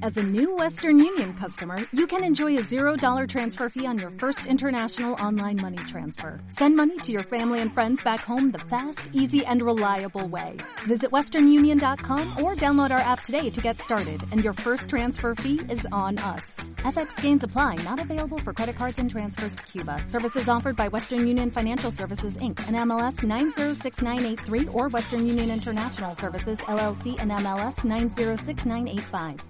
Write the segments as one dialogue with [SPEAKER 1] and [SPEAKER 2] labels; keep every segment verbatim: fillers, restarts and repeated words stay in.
[SPEAKER 1] As a new Western Union customer, you can enjoy a zero dollar transfer fee on your first international online money transfer. Send money to your family and friends back home the fast, easy, and reliable way. Visit western union dot com or download our app today to get started, and your first transfer fee is on us. F X gains apply, not available for credit cards and transfers to Cuba. Services offered by Western Union Financial Services, Incorporated, and M L S nine zero six nine eight three or Western Union International Services, L L C, and M L S nine zero six nine eight five.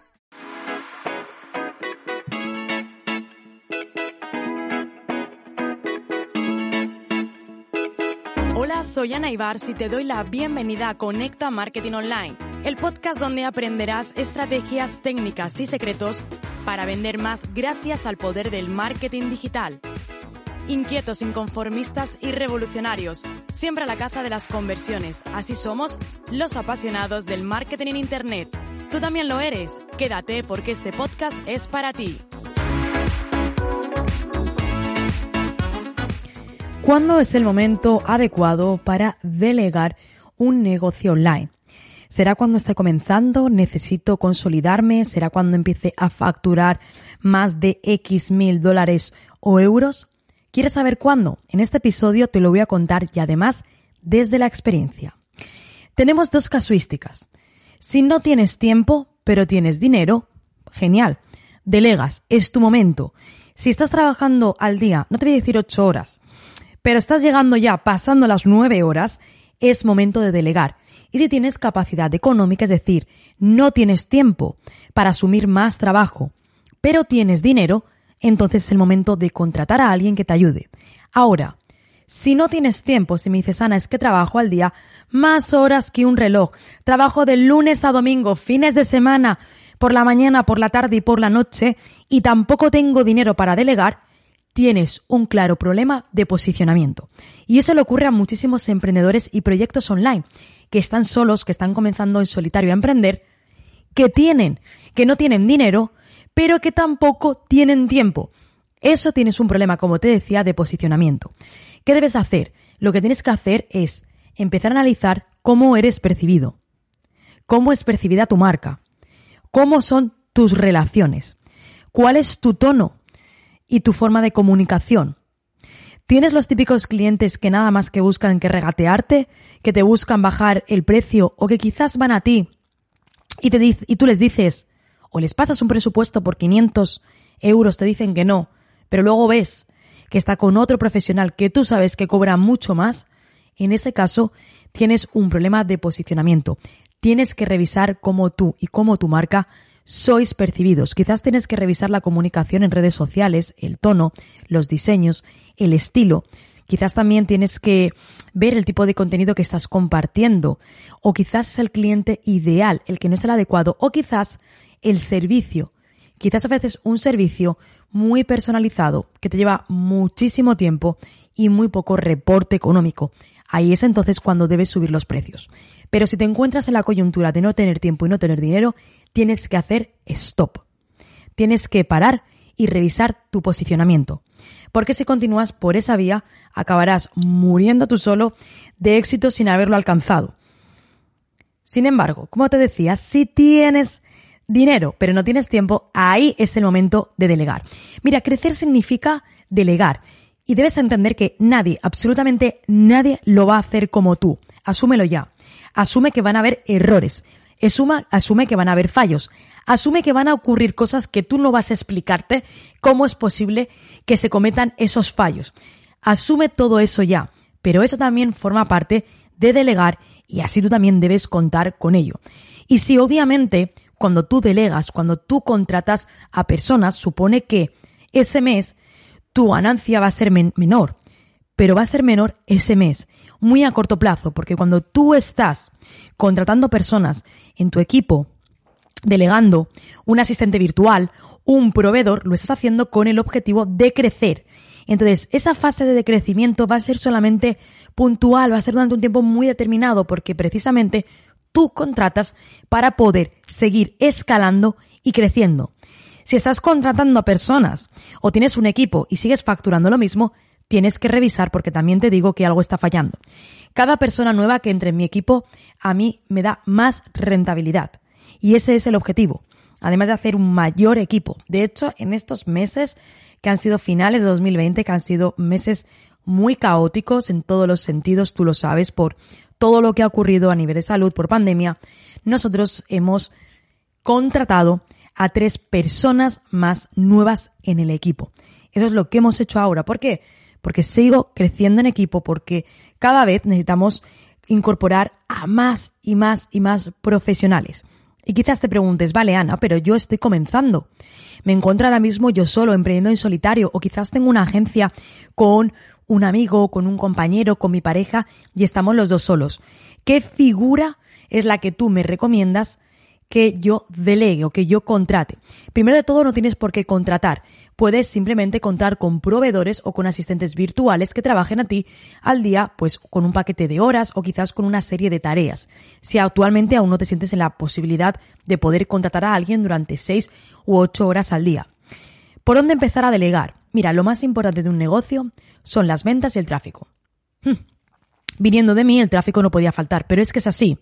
[SPEAKER 2] Hola, soy Ana Ibars y te doy la bienvenida a Conecta Marketing Online, el podcast donde aprenderás estrategias, técnicas y secretos para vender más gracias al poder del marketing digital. Inquietos, inconformistas y revolucionarios, siempre a la caza de las conversiones. Así somos los apasionados del marketing en Internet. Tú también lo eres. Quédate porque este podcast es para ti.
[SPEAKER 3] ¿Cuándo es el momento adecuado para delegar un negocio online? ¿Será cuando esté comenzando? ¿Necesito consolidarme? ¿Será cuando empiece a facturar más de X mil dólares o euros? ¿Quieres saber cuándo? En este episodio te lo voy a contar y además desde la experiencia. Tenemos dos casuísticas. Si no tienes tiempo, pero tienes dinero, genial. Delegas, es tu momento. Si estás trabajando al día, no te voy a decir ocho horas, pero estás llegando ya pasando las nueve horas, es momento de delegar. Y si tienes capacidad económica, es decir, no tienes tiempo para asumir más trabajo, pero tienes dinero, entonces es el momento de contratar a alguien que te ayude. Ahora, si no tienes tiempo, si me dices, Ana, es que trabajo al día más horas que un reloj, trabajo de lunes a domingo, fines de semana, por la mañana, por la tarde y por la noche, y tampoco tengo dinero para delegar, tienes un claro problema de posicionamiento. Y eso le ocurre a muchísimos emprendedores y proyectos online, que están solos, que están comenzando en solitario a emprender, que tienen, que no tienen dinero, pero que tampoco tienen tiempo. Eso tienes un problema, como te decía, de posicionamiento. ¿Qué debes hacer? Lo que tienes que hacer es empezar a analizar cómo eres percibido, cómo es percibida tu marca, cómo son tus relaciones, cuál es tu tono y tu forma de comunicación. ¿Tienes los típicos clientes que nada más que buscan que regatearte, que te buscan bajar el precio o que quizás van a ti y, te dic- y tú les dices o les pasas un presupuesto por quinientos euros, te dicen que no, pero luego ves que está con otro profesional que tú sabes que cobra mucho más? En ese caso tienes un problema de posicionamiento. Tienes que revisar cómo tú y cómo tu marca sois percibidos. Quizás tienes que revisar la comunicación en redes sociales, el tono, los diseños, el estilo. Quizás también tienes que ver el tipo de contenido que estás compartiendo. O quizás es el cliente ideal, el que no es el adecuado. O quizás el servicio. Quizás ofreces un servicio muy personalizado que te lleva muchísimo tiempo y muy poco reporte económico. Ahí es entonces cuando debes subir los precios. Pero si te encuentras en la coyuntura de no tener tiempo y no tener dinero, tienes que hacer stop. Tienes que parar y revisar tu posicionamiento. Porque si continúas por esa vía, acabarás muriendo tú solo de éxito sin haberlo alcanzado. Sin embargo, como te decía, si tienes dinero pero no tienes tiempo, ahí es el momento de delegar. Mira, crecer significa delegar. Y debes entender que nadie, absolutamente nadie lo va a hacer como tú. Asúmelo ya. Asume que van a haber errores. Asuma, asume que van a haber fallos. Asume que van a ocurrir cosas que tú no vas a explicarte cómo es posible que se cometan esos fallos. Asume todo eso ya. Pero eso también forma parte de delegar y así tú también debes contar con ello. Y si obviamente cuando tú delegas, cuando tú contratas a personas, supone que ese mes tu ganancia va a ser men- menor, pero va a ser menor ese mes, muy a corto plazo, porque cuando tú estás contratando personas en tu equipo, delegando un asistente virtual, un proveedor, lo estás haciendo con el objetivo de crecer. Entonces, esa fase de decrecimiento va a ser solamente puntual, va a ser durante un tiempo muy determinado, porque precisamente tú contratas para poder seguir escalando y creciendo. Si estás contratando a personas o tienes un equipo y sigues facturando lo mismo, tienes que revisar porque también te digo que algo está fallando. Cada persona nueva que entre en mi equipo a mí me da más rentabilidad y ese es el objetivo. además de hacer un mayor equipo. De hecho, en estos meses que han sido finales de dos mil veinte, que han sido meses muy caóticos en todos los sentidos, tú lo sabes, por todo lo que ha ocurrido a nivel de salud por pandemia, nosotros hemos contratado a tres personas más nuevas en el equipo. Eso es lo que hemos hecho ahora. ¿Por qué? Porque sigo creciendo en equipo, porque cada vez necesitamos incorporar a más y más y más profesionales. Y quizás te preguntes, vale, Ana, pero yo estoy comenzando. Me encuentro ahora mismo yo solo, emprendiendo en solitario, o quizás tengo una agencia con un amigo, con un compañero, con mi pareja, y estamos los dos solos. ¿Qué figura es la que tú me recomiendas que yo delegue o que yo contrate? Primero de todo, no tienes por qué contratar. Puedes simplemente contar con proveedores o con asistentes virtuales que trabajen a ti al día, pues con un paquete de horas o quizás con una serie de tareas. Si actualmente aún no te sientes en la posibilidad de poder contratar a alguien durante seis u ocho horas al día. ¿Por dónde empezar a delegar? Mira, lo más importante de un negocio son las ventas y el tráfico. Hm. Viniendo de mí, el tráfico no podía faltar, pero es que es así.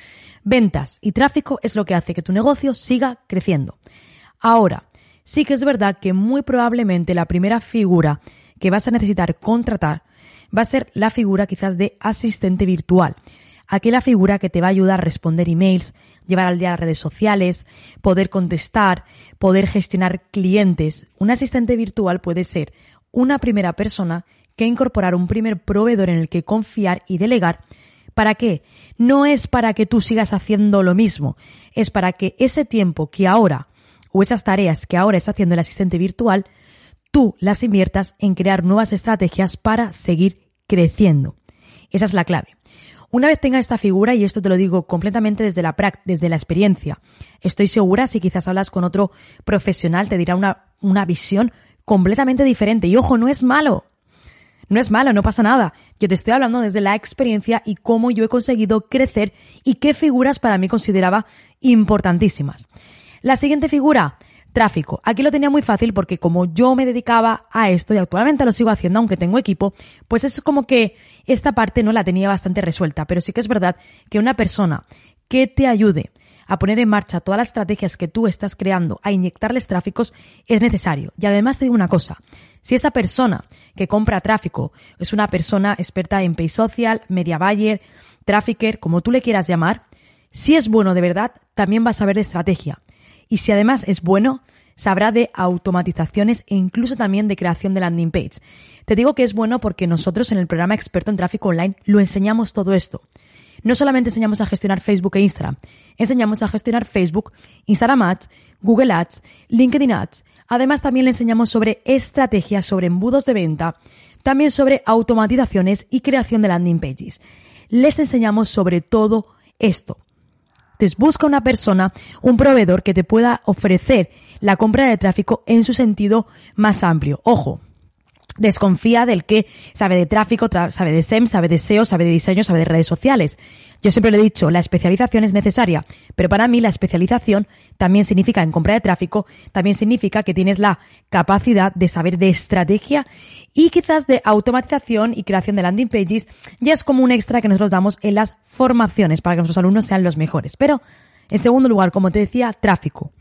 [SPEAKER 3] Ventas y tráfico es lo que hace que tu negocio siga creciendo. Ahora, sí que es verdad que muy probablemente la primera figura que vas a necesitar contratar va a ser la figura quizás de asistente virtual. Aquella figura que te va a ayudar a responder emails, llevar al día las redes sociales, poder contestar, poder gestionar clientes. Un asistente virtual puede ser una primera persona que incorporar un primer proveedor en el que confiar y delegar. ¿Para qué? No es para que tú sigas haciendo lo mismo, es para que ese tiempo que ahora, o esas tareas que ahora está haciendo el asistente virtual, tú las inviertas en crear nuevas estrategias para seguir creciendo. Esa es la clave. Una vez tenga esta figura, y esto te lo digo completamente desde la práct- desde la experiencia, estoy segura, si quizás hablas con otro profesional, te dirá una, una visión completamente diferente. Y ojo, no es malo. No es malo, no pasa nada. Yo te estoy hablando desde la experiencia y cómo yo he conseguido crecer y qué figuras para mí consideraba importantísimas. La siguiente figura, tráfico. Aquí lo tenía muy fácil porque como yo me dedicaba a esto y actualmente lo sigo haciendo aunque tengo equipo, pues es como que esta parte no la tenía bastante resuelta. Pero sí que es verdad que una persona que te ayude a poner en marcha todas las estrategias que tú estás creando, a inyectarles tráficos, es necesario. Y además te digo una cosa, si esa persona que compra tráfico es una persona experta en Pay Social, Media Buyer, Trafficker, como tú le quieras llamar, si es bueno de verdad, también va a saber de estrategia. Y si además es bueno, sabrá de automatizaciones e incluso también de creación de landing page. Te digo que es bueno porque nosotros en el programa Experto en Tráfico Online lo enseñamos todo esto. No solamente enseñamos a gestionar Facebook e Instagram, enseñamos a gestionar Facebook, Instagram Ads, Google Ads, LinkedIn Ads. Además, también le enseñamos sobre estrategias, sobre embudos de venta, también sobre automatizaciones y creación de landing pages. Les enseñamos sobre todo esto. Entonces, busca una persona, un proveedor que te pueda ofrecer la compra de tráfico en su sentido más amplio. Ojo. Desconfía del que sabe de tráfico, tra- sabe de S E M, sabe de S E O, sabe de diseño, sabe de redes sociales. Yo siempre le he dicho, la especialización es necesaria, pero para mí la especialización también significa en compra de tráfico, también significa que tienes la capacidad de saber de estrategia y quizás de automatización y creación de landing pages. Ya es como un extra que nosotros damos en las formaciones para que nuestros alumnos sean los mejores. Pero, en segundo lugar, como te decía, tráfico.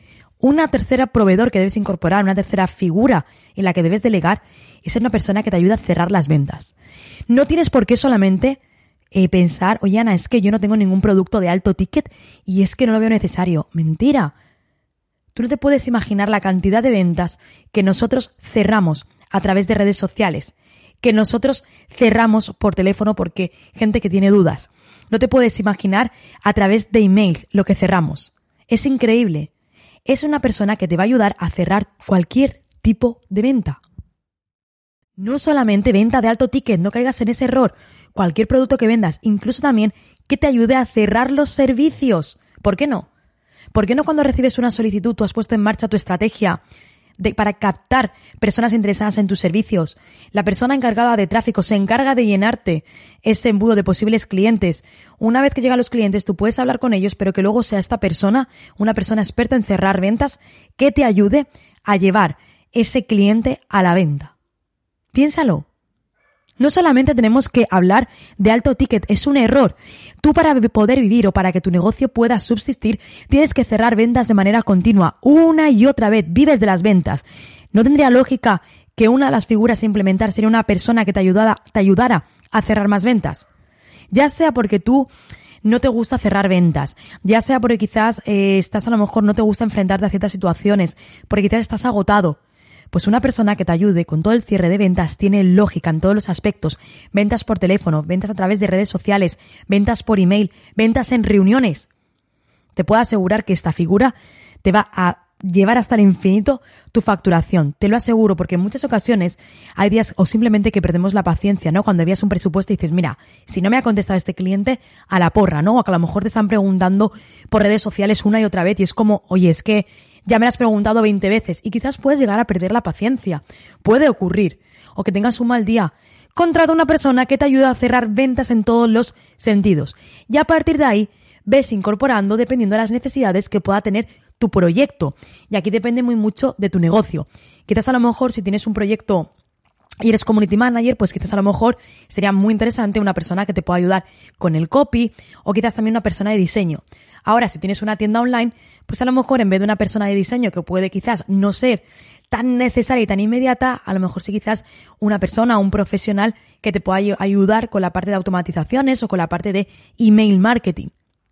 [SPEAKER 3] Una tercera proveedor que debes incorporar, una tercera figura en la que debes delegar, es ser una persona que te ayude a cerrar las ventas. No tienes por qué solamente eh, pensar, oye Ana, es que yo no tengo ningún producto de alto ticket y es que no lo veo necesario. Mentira. Tú no te puedes imaginar la cantidad de ventas que nosotros cerramos a través de redes sociales, que nosotros cerramos por teléfono porque gente que tiene dudas. No te puedes imaginar a través de emails lo que cerramos. Es increíble. Es una persona que te va a ayudar a cerrar cualquier tipo de venta. No solamente venta de alto ticket, no caigas en ese error. Cualquier producto que vendas, incluso también que te ayude a cerrar los servicios. ¿Por qué no? ¿Por qué no cuando recibes una solicitud tú has puesto en marcha tu estrategia de, para captar personas interesadas en tus servicios? La persona encargada de tráfico se encarga de llenarte ese embudo de posibles clientes. Una vez que llegan los clientes, tú puedes hablar con ellos, pero que luego sea esta persona, una persona experta en cerrar ventas, que te ayude a llevar ese cliente a la venta. Piénsalo. No solamente tenemos que hablar de alto ticket, es un error. Tú para poder vivir o para que tu negocio pueda subsistir, tienes que cerrar ventas de manera continua, una y otra vez, vives de las ventas. ¿No tendría lógica que una de las figuras a implementar sería una persona que te ayudara, te ayudara a cerrar más ventas? Ya sea porque tú no te gusta cerrar ventas, ya sea porque quizás eh, estás a lo mejor no te gusta enfrentarte a ciertas situaciones, porque quizás estás agotado. Pues una persona que te ayude con todo el cierre de ventas tiene lógica en todos los aspectos. Ventas por teléfono, ventas a través de redes sociales, ventas por email, ventas en reuniones. Te puedo asegurar que esta figura te va a llevar hasta el infinito tu facturación. Te lo aseguro, porque en muchas ocasiones hay días o simplemente que perdemos la paciencia, ¿no? Cuando envías un presupuesto y dices, mira, si no me ha contestado este cliente, a la porra, ¿no? O que a lo mejor te están preguntando por redes sociales una y otra vez y es como, oye, es que ya me lo has preguntado veinte veces y quizás puedes llegar a perder la paciencia. Puede ocurrir. O que tengas un mal día. Contrata a una persona que te ayude a cerrar ventas en todos los sentidos. Y a partir de ahí, ves incorporando dependiendo de las necesidades que pueda tener tu proyecto. Y aquí depende muy mucho de tu negocio. Quizás a lo mejor si tienes un proyecto y eres community manager, pues quizás a lo mejor sería muy interesante una persona que te pueda ayudar con el copy o quizás también una persona de diseño. Ahora, si tienes una tienda online, pues a lo mejor en vez de una persona de diseño que puede quizás no ser tan necesaria y tan inmediata, a lo mejor sí quizás una persona o un profesional que te pueda ayudar con la parte de automatizaciones o con la parte de email marketing.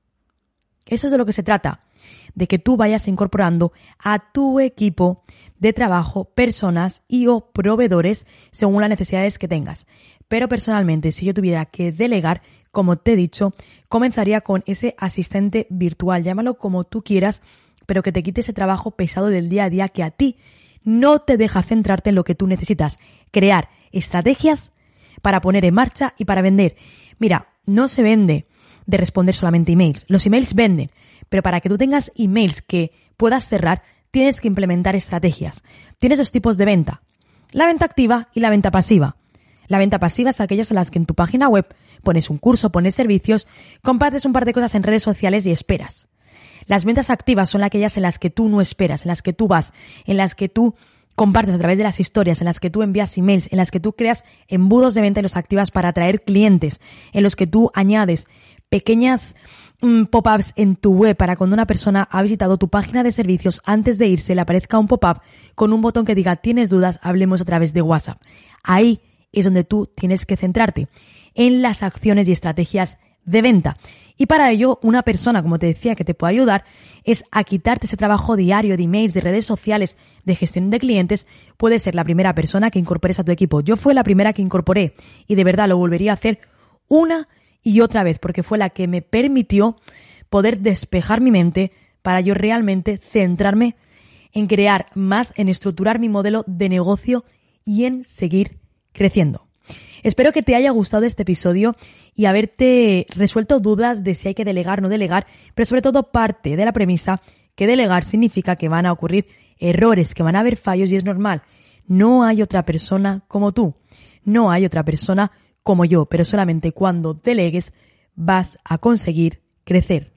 [SPEAKER 3] Eso es de lo que se trata, de que tú vayas incorporando a tu equipo de trabajo personas y o proveedores según las necesidades que tengas. Pero personalmente, si yo tuviera que delegar, como te he dicho, comenzaría con ese asistente virtual, llámalo como tú quieras, pero que te quite ese trabajo pesado del día a día que a ti no te deja centrarte en lo que tú necesitas, crear estrategias para poner en marcha y para vender. Mira, no se vende de responder solamente emails. Los emails venden, pero para que tú tengas emails que puedas cerrar, tienes que implementar estrategias. Tienes dos tipos de venta, la venta activa y la venta pasiva. La venta pasiva es aquellas en las que en tu página web pones un curso, pones servicios, compartes un par de cosas en redes sociales y esperas. Las ventas activas son aquellas en las que tú no esperas, en las que tú vas, en las que tú compartes a través de las historias, en las que tú envías emails, en las que tú creas embudos de venta y los activas para atraer clientes, en los que tú añades pequeñas mm, pop-ups en tu web para cuando una persona ha visitado tu página de servicios, antes de irse le aparezca un pop-up con un botón que diga ¿tienes dudas? Hablemos a través de WhatsApp. Ahí es donde tú tienes que centrarte, en las acciones y estrategias de venta. Y para ello, una persona, como te decía, que te puede ayudar es a quitarte ese trabajo diario de emails, de redes sociales, de gestión de clientes. Puede ser la primera persona que incorpores a tu equipo. Yo fui la primera que incorporé y de verdad lo volvería a hacer una y otra vez porque fue la que me permitió poder despejar mi mente para yo realmente centrarme en crear más, en estructurar mi modelo de negocio y en seguir creciendo. Espero que te haya gustado este episodio y haberte resuelto dudas de si hay que delegar o no delegar, pero sobre todo parte de la premisa que delegar significa que van a ocurrir errores, que van a haber fallos y es normal. No hay otra persona como tú, no hay otra persona como yo, pero solamente cuando delegues vas a conseguir crecer.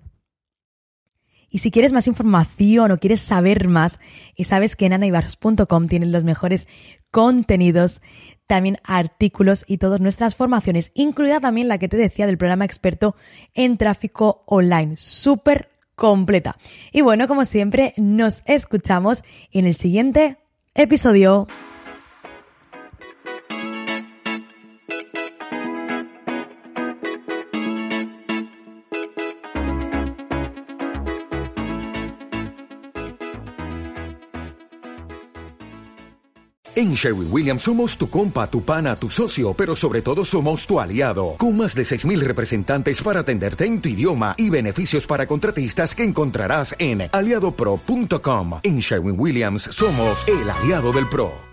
[SPEAKER 3] Y si quieres más información o quieres saber más, y sabes que en ana ibars punto com tienen los mejores contenidos, también artículos y todas nuestras formaciones, incluida también la que te decía del programa experto en tráfico online, súper completa. Y bueno, como siempre, nos escuchamos en el siguiente episodio.
[SPEAKER 4] En Sherwin-Williams somos tu compa, tu pana, tu socio, pero sobre todo somos tu aliado, con más de seis mil representantes para atenderte en tu idioma y beneficios para contratistas que encontrarás en aliado pro punto com. En Sherwin-Williams somos el aliado del pro.